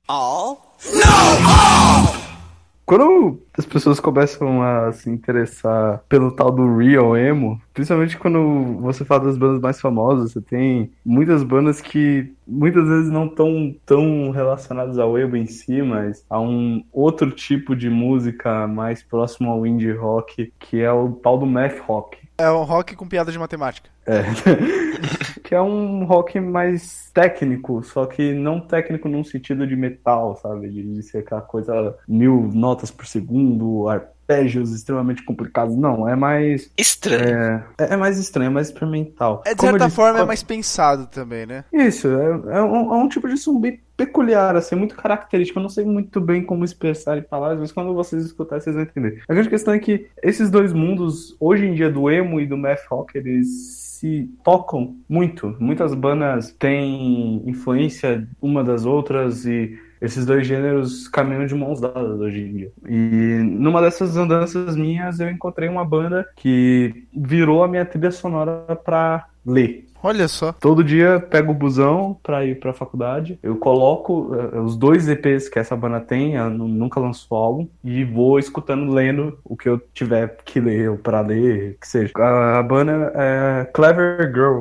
All? No! All! Quando as pessoas começam a se interessar pelo tal do Real Emo, principalmente quando você fala das bandas mais famosas, você tem muitas bandas que muitas vezes não estão tão relacionadas ao emo em si, mas a um outro tipo de música mais próximo ao indie rock, que é o tal do math rock. É um rock com piada de matemática. É. Que é um rock mais técnico, só que não técnico num sentido de metal, sabe? De ser aquela coisa 1000 notas por segundo, arpégios extremamente complicados. Não, é mais... Estranho. É mais estranho, é mais experimental. De certa forma é mais pensado também, né? Isso, é um tipo de som bem peculiar, assim, muito característico. Eu não sei muito bem como expressar em palavras, mas quando vocês escutarem, vocês vão entender. A grande questão é que esses dois mundos, hoje em dia, do emo e do math rock, eles se tocam muito. Muitas bandas têm influência uma das outras e esses dois gêneros caminham de mãos dadas hoje em dia. E numa dessas andanças minhas, eu encontrei uma banda que virou a minha trilha sonora pra ler. Olha só. Todo dia pego o busão pra ir pra faculdade. Eu coloco os 2 EPs que essa banda tem, ela nunca lançou álbum, e vou escutando, lendo o que eu tiver que ler, ou pra ler, o que seja. A banda é Clever Girl.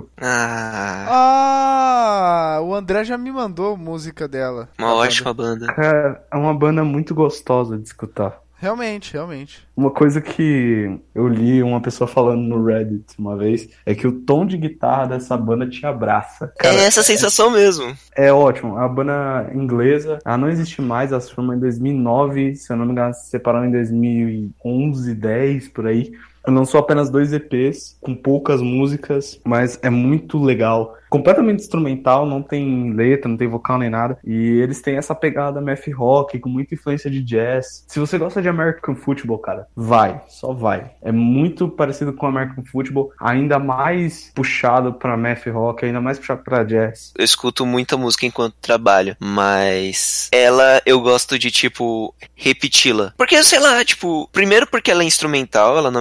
O André já me mandou música dela. Uma ótima banda. Cara, é uma banda muito gostosa de escutar. Realmente. Uma coisa que eu li uma pessoa falando no Reddit uma vez é que o tom de guitarra dessa banda te abraça. Cara, é essa sensação mesmo. É ótimo. A banda inglesa, ela não existe mais, ela se formou em 2009, se eu não me engano, se separaram em 2011, 10, por aí. Lançou apenas 2 EPs, com poucas músicas, mas é muito legal. Completamente instrumental, não tem letra, não tem vocal nem nada. E eles têm essa pegada math rock, com muita influência de jazz. Se você gosta de American Football, cara, só vai. É muito parecido com American Football, ainda mais puxado pra math rock, ainda mais puxado pra jazz. Eu escuto muita música enquanto trabalho, mas ela eu gosto de, tipo, repeti-la. Porque, sei lá, tipo, primeiro porque ela é instrumental, ela não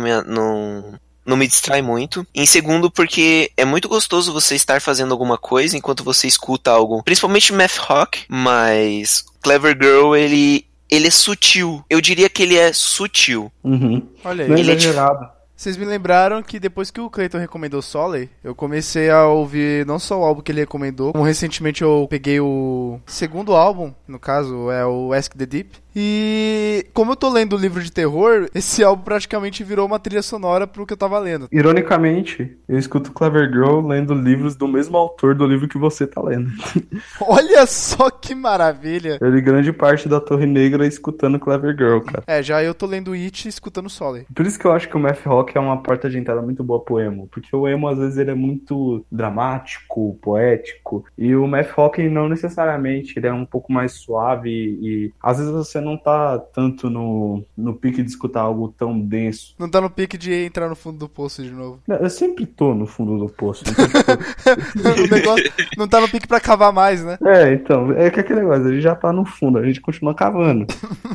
me distrai muito. Em segundo, porque é muito gostoso você estar fazendo alguma coisa enquanto você escuta algo. Principalmente math rock, mas Clever Girl, ele é sutil. Eu diria que ele é sutil. Uhum. Olha aí. Não é Ele é exagerado. Vocês me lembraram que depois que o Clayton recomendou Soleil, eu comecei a ouvir não só o álbum que ele recomendou, como recentemente eu peguei o segundo álbum, no caso é o Ask the Deep. E como eu tô lendo o livro de terror, esse álbum praticamente virou uma trilha sonora pro que eu tava lendo. Ironicamente, eu escuto Clever Girl lendo livros do mesmo autor do livro que você tá lendo. Olha só que maravilha! Eu li grande parte da Torre Negra escutando Clever Girl, cara. Já eu tô lendo It e escutando Soleil. Por isso que eu acho que o math rock é uma porta de entrada muito boa pro emo. Porque o emo, às vezes, ele é muito dramático, poético. E o math rock, não necessariamente. Ele é um pouco mais suave e às vezes você não tá tanto no pique de escutar algo tão denso. Não tá no pique de entrar no fundo do poço de novo. Eu sempre tô no fundo do poço. Então, tipo... O negócio não tá no pique pra cavar mais, né? Então, é que aquele negócio, a gente já tá no fundo, a gente continua cavando.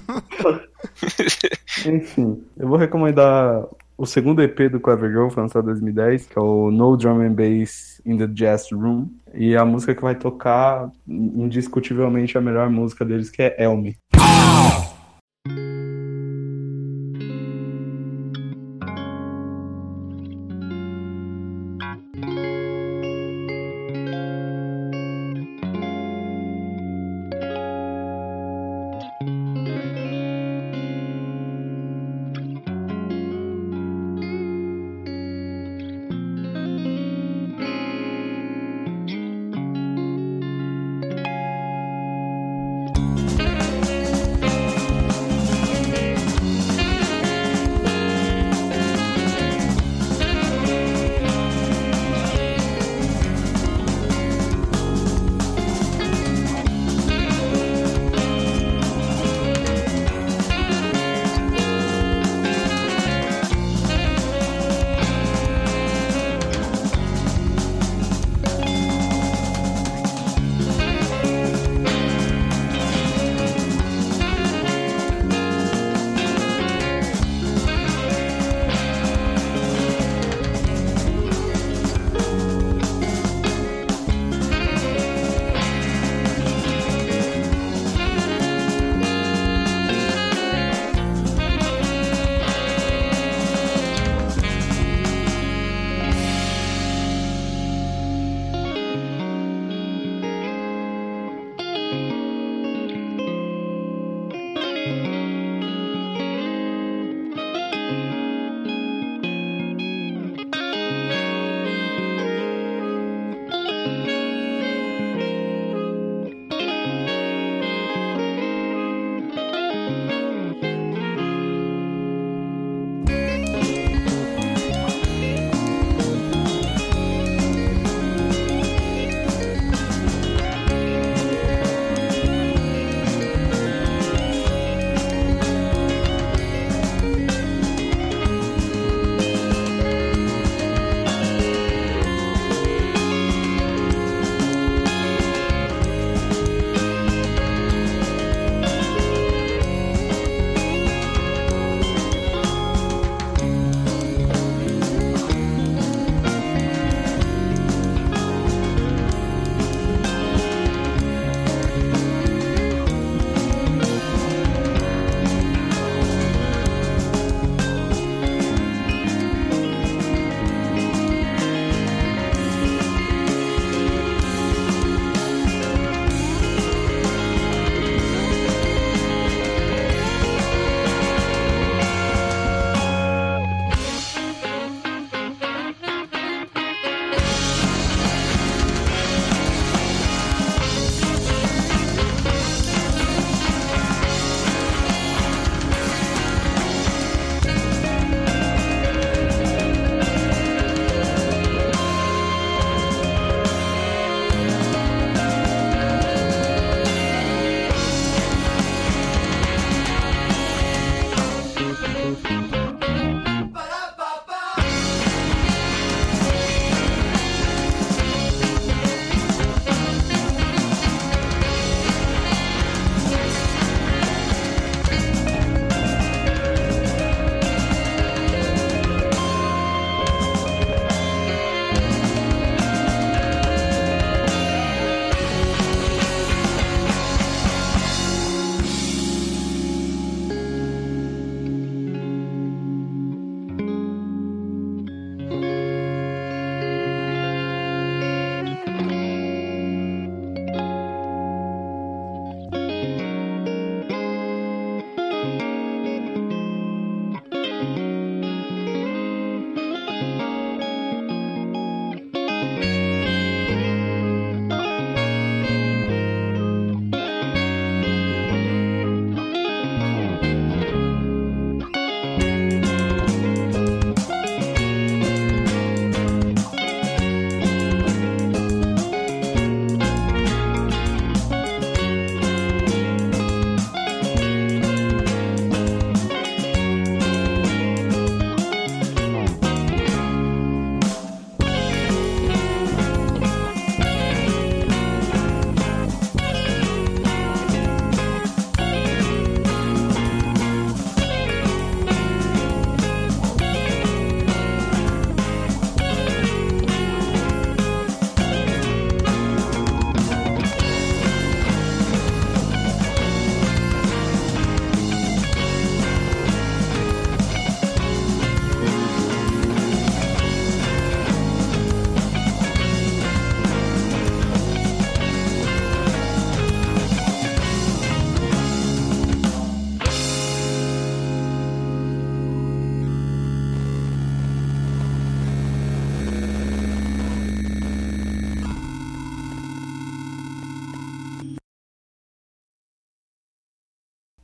Enfim, eu vou recomendar o segundo EP do Clever Girl, foi lançado em 2010, que é o No Drum and Bass in the Jazz Room. E a música que vai tocar, indiscutivelmente, a melhor música deles, que é Elmi.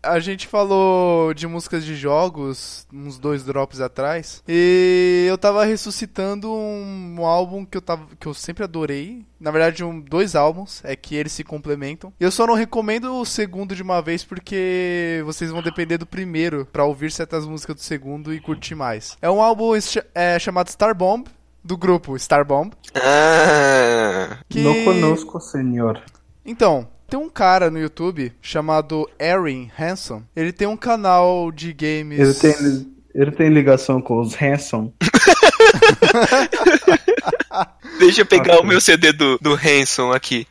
A gente falou de músicas de jogos uns 2 drops atrás. E eu tava ressuscitando um álbum que eu sempre adorei. Na verdade, 2 álbuns, é que eles se complementam. Eu só não recomendo o segundo de uma vez porque vocês vão depender do primeiro pra ouvir certas músicas do segundo e curtir mais. É um álbum chamado Star Bomb, do grupo Star Bomb. Não conosco, senhor. Então, tem um cara no YouTube chamado Erin Hanson. Ele tem um canal de games... Ele tem ligação com os Hanson. Deixa eu pegar o meu CD do Hanson aqui.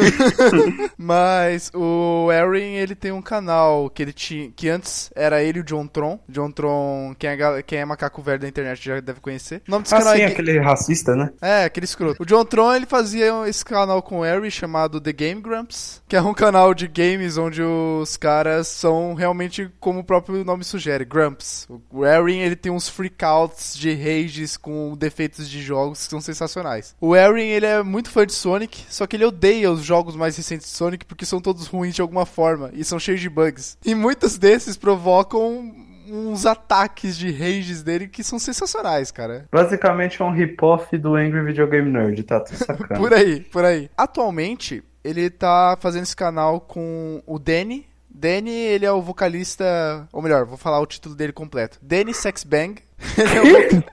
Mas o Erin, ele tem um canal que ele tinha, que antes era ele e o John Tron. John Tron, quem é macaco velho da internet já deve conhecer. O nome desse canal sim, aquele racista, né? É, aquele escroto. O John Tron, ele fazia esse canal com o Erin chamado The Game Grumps, que é um canal de games onde os caras são realmente como o próprio nome sugere, Grumps. O Erin, ele tem uns freakouts de rages com defeitos de jogos que são sensacionais. O Erin, ele é muito fã de Sonic, só que ele odeia os jogos mais recentes de Sonic porque são todos ruins de alguma forma e são cheios de bugs. E muitos desses provocam uns ataques de rages dele que são sensacionais, cara. Basicamente é um rip-off do Angry Video Game Nerd, tá? Tô sacando. Por aí. Atualmente, ele tá fazendo esse canal com o Danny. Danny, ele é o vocalista... Ou melhor, vou falar o título dele completo. Danny Sexbang. Ele é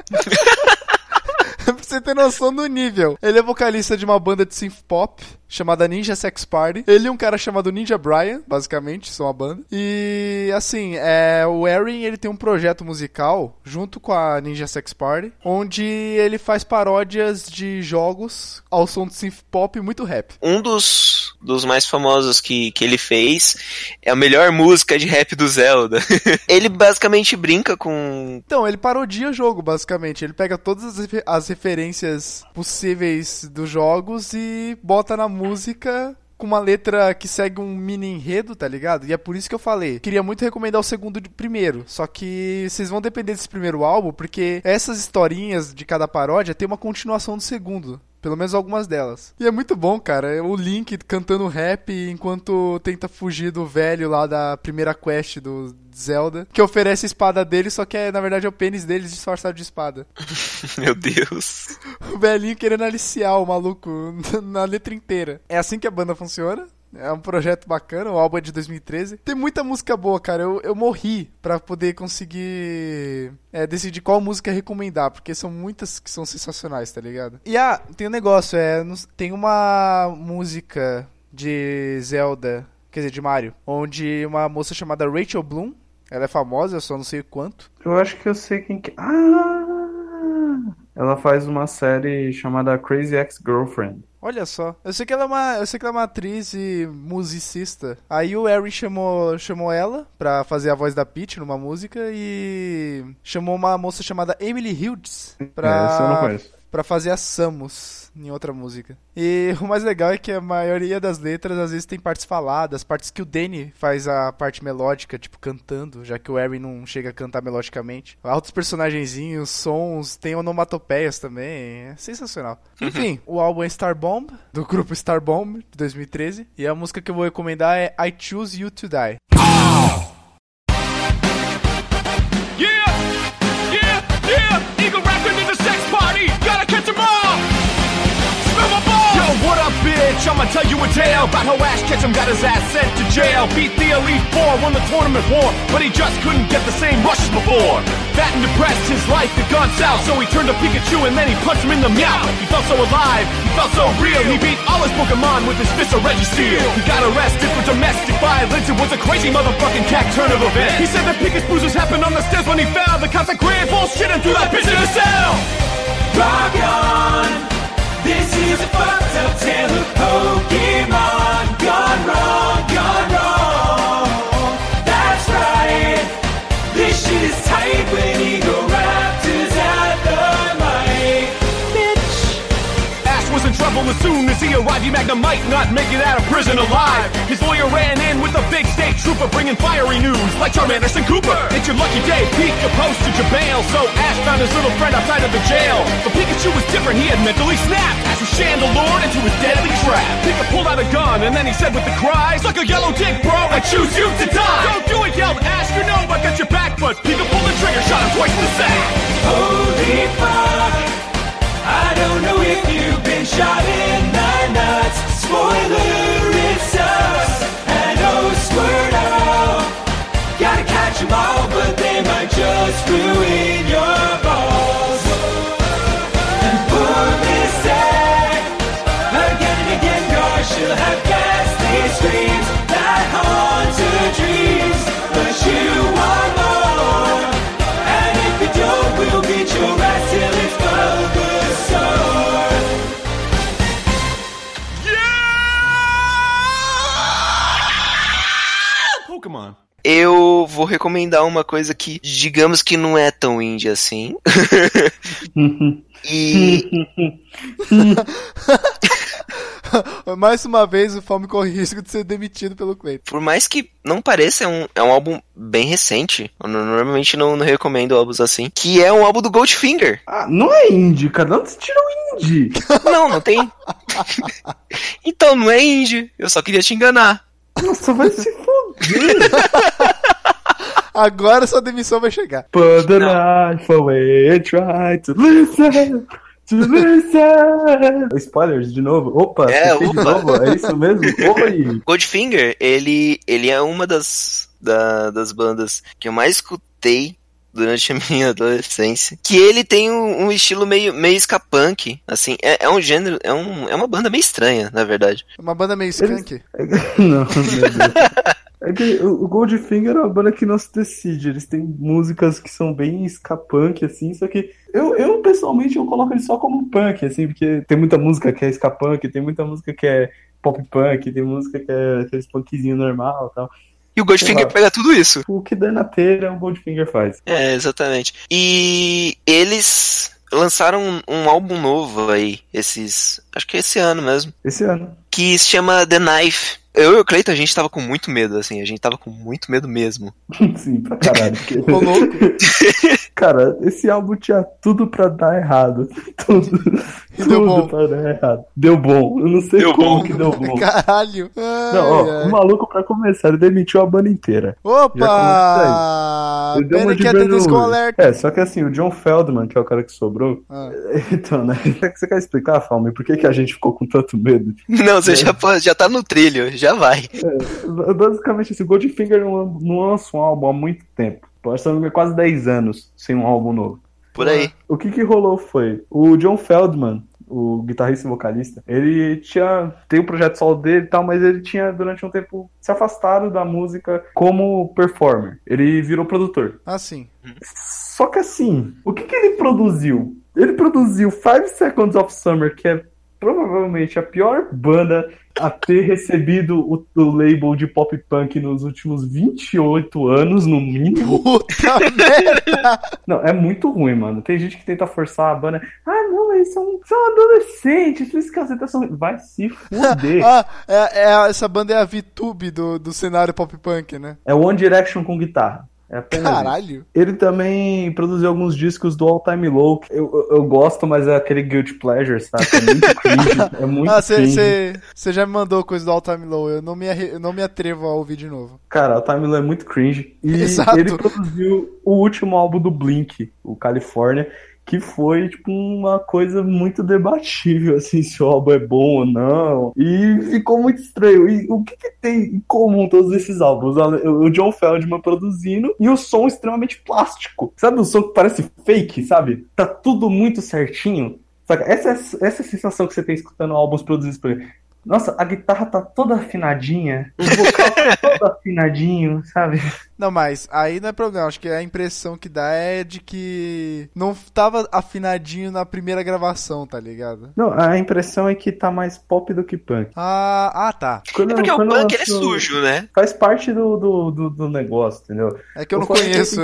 pra você ter noção do nível. Ele é vocalista de uma banda de synth pop chamada Ninja Sex Party. Ele e um cara chamado Ninja Brian, basicamente, são a banda. E, assim, o Erin, ele tem um projeto musical junto com a Ninja Sex Party, onde ele faz paródias de jogos ao som de synth pop e muito rap. Um dos mais famosos que ele fez é a melhor música de rap do Zelda. Ele basicamente brinca com... Então, ele parodia o jogo, basicamente. Ele pega todas as referências possíveis dos jogos e bota na música com uma letra que segue um mini enredo, tá ligado? E é por isso que eu falei. Queria muito recomendar o segundo primeiro, só que vocês vão depender desse primeiro álbum, porque essas historinhas de cada paródia tem uma continuação do segundo. Pelo menos algumas delas. E é muito bom, cara. É o Link cantando rap enquanto tenta fugir do velho lá da primeira quest do Zelda, que oferece a espada dele, só que na verdade é o pênis deles disfarçado de espada. Meu Deus. O velhinho querendo aliciar o maluco na letra inteira. É assim que a banda funciona. É um projeto bacana, o álbum é de 2013. Tem muita música boa, cara. Eu morri pra poder conseguir decidir qual música recomendar, porque são muitas que são sensacionais, tá ligado? E tem um negócio, tem uma música de Zelda, quer dizer, de Mario, onde uma moça chamada Rachel Bloom, ela é famosa, eu só não sei o quanto. Eu acho que eu sei quem que... Ela faz uma série chamada Crazy Ex-Girlfriend. Olha só. Eu sei que ela é uma atriz e musicista. Aí o Erin chamou ela pra fazer a voz da Peach numa música e chamou uma moça chamada Emily Hughes Essa eu não conheço. Pra fazer a Samus em outra música. E o mais legal é que a maioria das letras às vezes tem partes faladas, partes que o Danny faz a parte melódica, tipo cantando, já que o Erin não chega a cantar melodicamente. Altos personagenzinhos, sons, tem onomatopeias também, é sensacional. Enfim, o álbum é Star Bomb, do grupo Star Bomb, de 2013, e a música que eu vou recomendar é I Choose You to Die. Eagle rapping in the sex party, gotta catch 'em all. Spill my ball. Yo, what up, bitch? I'ma tell you a tale about how Ash Ketchum got his ass sent to jail. Beat the Elite Four, won the tournament war, but he just couldn't get the same rush as before. Fat and depressed, his life had gone south, so he turned to Pikachu and then he punched him in the mouth. He felt so alive, he felt so real. He beat all his Pokemon with his fist of Registeel. He got arrested for domestic violence. It was a crazy motherfucking cat turn of events. He said the biggest bruises happened on the stairs when he fell. The cops are grand bullshit and threw that bitch in a cell. Rock on. This is a fucked up tale of Pokemon gone wrong, gone wrong. That's right. This shit is tight when Eagle Raptors at the mic. Bitch. Ash was in trouble as soon as he arrived. Magna might not make it out of prison alive. His lawyer ran in with a big state trooper bringing fiery news like Charmander and Cooper. It's your lucky day, Pika posted your bail. So Ash found his little friend outside of the jail. But Pikachu was different, he had mentally snapped as he chandelored into his deadly trap. Pika pulled out a gun and then he said with a cry, suck a yellow dick, bro, I choose you to die. Spoiler, it's us, and oh, squirt out. Gotta catch 'em all, but they might just ruin your balls. And poor Miss Egg, again and again, gosh, she'll have ghastly screams that haunt her dreams. But you want more, and if you don't, we'll beat your ass till it's Bulbasaur. Yeah! Pokémon. Eu vou recomendar uma coisa que, digamos que não é tão indie assim. E Mais uma vez, o Fome corre risco de ser demitido pelo Cleiton. por mais que não pareça, é um álbum bem recente. Eu normalmente não recomendo álbuns assim. Que é um álbum do Goldfinger. Ah, não é indie, cara. De onde você tirou indie? Não tem. Então, não é indie. Eu só queria te enganar. Nossa, vai se foder. Agora sua demissão vai chegar. Put the knife away, try to listen. Spoilers de novo. Opa, assisti de novo. É isso mesmo? Oi. Goldfinger, ele é uma das bandas que eu mais escutei durante a minha adolescência. Que ele tem um estilo meio ska punk. Assim, é um gênero, é uma banda meio estranha, na verdade. Uma banda meio skunk. Não, meu Deus. É que o Goldfinger é uma banda que não se decide. Eles têm músicas que são bem ska punk, assim, só que eu pessoalmente eu coloco eles só como punk, assim, porque tem muita música que é ska punk, tem muita música que é pop punk, tem música que é aqueles punkzinho normal e tal. E o Goldfinger pega tudo isso. O que der na telha, o Goldfinger faz. É, exatamente. E eles lançaram um álbum novo aí, acho que é esse ano mesmo. Esse ano. Que se chama The Knife. Eu e o Cleiton, a gente tava com muito medo, assim, a gente tava com muito medo mesmo. Sim, pra caralho. Ficou louco? Cara, esse álbum tinha tudo pra dar errado. Tudo pra dar errado. Deu bom. Eu não sei como que deu bom. Caralho. O maluco, pra começar, ele demitiu a banda inteira. Opa! Pena que é Tedesco Alert. Só que assim, o John Feldman, que é o cara que sobrou. Então, né? Você quer explicar, Falme, por que a gente ficou com tanto medo? Não, você já tá no trilho, já vai. Basicamente, esse Goldfinger não lança um álbum há muito tempo. Passando quase 10 anos sem um álbum novo. Por aí. O que rolou foi, o John Feldman, o guitarrista e vocalista, ele tem o projeto solo dele e tal, mas ele tinha durante um tempo se afastado da música como performer. Ele virou produtor. Ah, sim. Só que assim, o que ele produziu? Ele produziu 5 Seconds of Summer, que é provavelmente a pior banda a ter recebido o label de pop punk nos últimos 28 anos, no mínimo. Puta merda! Não, é muito ruim, mano. Tem gente que tenta forçar a banda. Ah, não, eles são adolescentes, por isso que as letras são... Vai se fuder. Essa banda é a VTube do cenário pop punk, né? É One Direction com guitarra. É apenas Caralho! isso. Ele também produziu alguns discos do All Time Low. Eu gosto, mas é aquele guilty pleasure, sabe? É muito cringe. É muito cringe. Você já me mandou coisa do All Time Low. Eu não me atrevo a ouvir de novo. Cara, o All Time Low é muito cringe. E Exato. Ele produziu o último álbum do Blink, o California, que foi, tipo, uma coisa muito debatível, assim, se o álbum é bom ou não. E ficou muito estranho. E o que tem em comum todos esses álbuns? O John Feldman produzindo e o som extremamente plástico. Sabe o som que parece fake, sabe? Tá tudo muito certinho. Saca? Essa é a sensação que você tem escutando álbuns produzidos por ele. Nossa, a guitarra tá toda afinadinha, o vocal tá todo afinadinho, sabe? Não, mas aí não é problema. Acho que a impressão que dá é de que não tava afinadinho na primeira gravação, tá ligado? Não, a impressão é que tá mais pop do que punk. Tá. Porque o punk ele é sujo, né? Faz parte do negócio, entendeu? É que eu não conheço.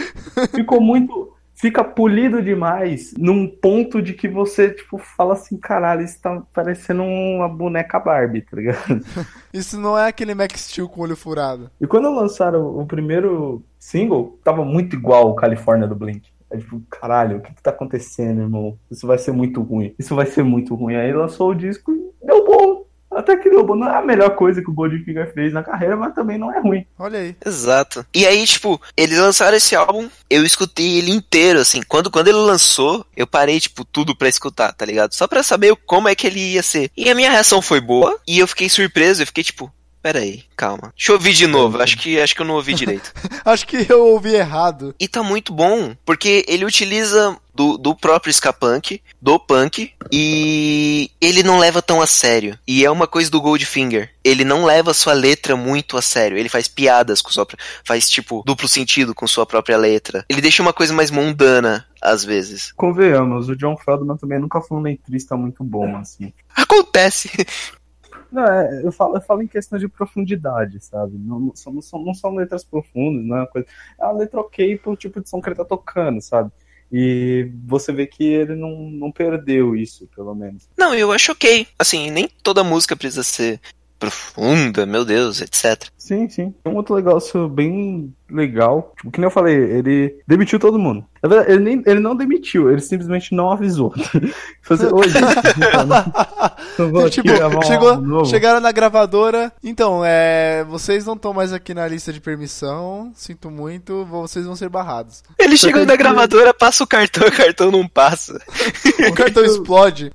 Ficou muito... Fica polido demais, num ponto de que você, tipo, fala assim, caralho, isso tá parecendo uma boneca Barbie, tá ligado? Isso não é aquele Max Steel com olho furado. E quando lançaram o primeiro single, tava muito igual o California do Blink. É tipo, caralho, o que tá acontecendo, irmão? Isso vai ser muito ruim. Aí lançou o disco e deu bom. Até que não é a melhor coisa que o Goldfinger fez na carreira, mas também não é ruim. Olha aí. Exato. E aí, tipo, eles lançaram esse álbum, eu escutei ele inteiro, assim. Quando ele lançou, eu parei, tipo, tudo pra escutar, tá ligado? Só pra saber como é que ele ia ser. E a minha reação foi boa, e eu fiquei surpreso, eu fiquei, tipo, pera aí, calma. Deixa eu ouvir de novo, acho que eu não ouvi direito. Acho que eu ouvi errado. E tá muito bom, porque ele utiliza do próprio ska punk, do punk, e ele não leva tão a sério. E é uma coisa do Goldfinger. Ele não leva sua letra muito a sério. Ele faz piadas com faz, tipo, duplo sentido com sua própria letra. Ele deixa uma coisa mais mundana, às vezes. Convenhamos, o John Feldman também nunca foi um letrista muito bom, assim. Acontece. Não, eu falo em questão de profundidade, sabe? Não são letras profundas, não é uma coisa. É uma letra ok pro tipo de som que ele tá tocando, sabe? E você vê que ele não perdeu isso, pelo menos. Não, eu acho ok. Assim, nem toda música precisa ser profunda, meu Deus, etc. Sim. Um outro negócio bem legal, tipo, que nem eu falei, ele demitiu todo mundo. Na verdade, ele não demitiu, ele simplesmente não avisou. Oi, gente, chegaram na gravadora, então, vocês não estão mais aqui na lista de permissão, sinto muito, vocês vão ser barrados. Ele chegou na gravadora, passa o cartão não passa. O cartão explode.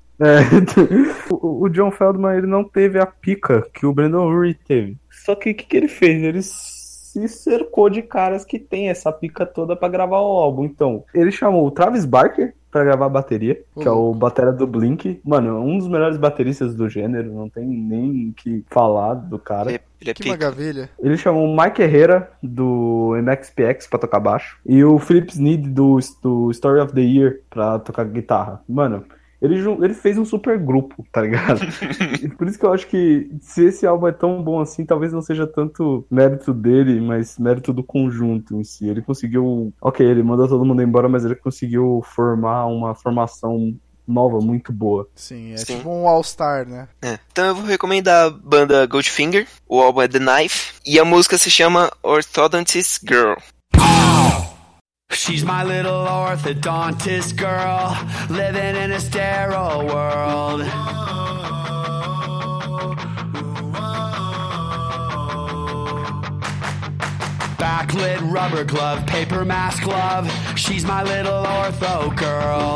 O John Feldman, ele não teve a pica que o Brandon Urie teve. Só que o que ele fez? Ele se cercou de caras que tem essa pica toda pra gravar o álbum. Então, ele chamou o Travis Barker pra gravar a bateria, que é o batera do Blink. Mano, um dos melhores bateristas do gênero, não tem nem o que falar do cara. Ele é que maravilha. Ele chamou o Mike Herrera do MXPX pra tocar baixo e o Philip Sneed do Story of the Year pra tocar guitarra. Mano, ele fez um super grupo, tá ligado? Por isso que eu acho que se esse álbum é tão bom assim, talvez não seja tanto mérito dele, mas mérito do conjunto em si. Ele conseguiu... Ok, ele mandou todo mundo embora, mas ele conseguiu formar uma formação nova, muito boa. Sim, tipo um All-Star, né? Então eu vou recomendar a banda Goldfinger, o álbum é The Knife, e a música se chama Orthodontist Girl. She's my little orthodontist girl, living in a sterile world. Backlit rubber glove, paper mask glove. She's my little ortho girl.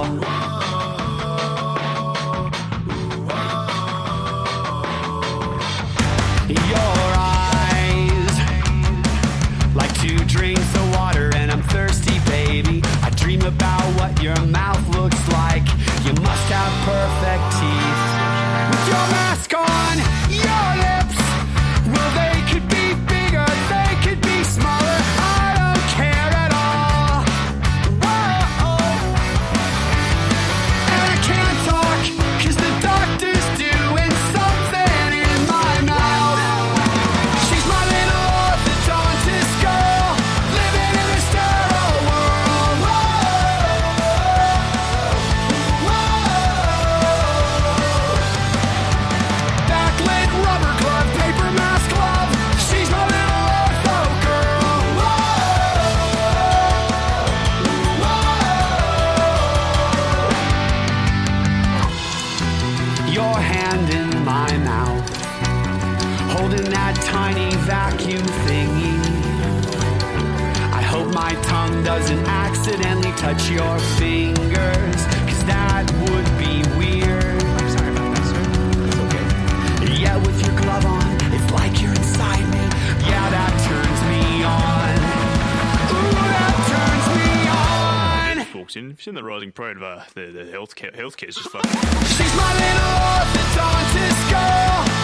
Your eyes, like 2 drinks of water, and I'm thirsty, baby. I dream about what your mouth looks like. You must have perfect teeth. With your mask on, your lips, well, they could be bigger, they could be smaller. I don't care at all. Whoa. And I can't talk, 'cause the doctor's doing something in my mouth. She's my little orthodontist girl, living in a sterile world. Backlit rubber glove, paper mask glove. She's my little ortho girl. Your hand in my mouth, holding that tiny vacuum thingy. I hope my tongue doesn't accidentally touch your fingers, 'cause that would be weird. I'm sorry about that, sir. It's okay. Yeah, with your glove on, it's like you're inside me. Yeah, that turns me on. Ooh, that turns me on. Walks in, if you've seen the rising parade of the healthcare is just fucking. She's my little orthodontist girl,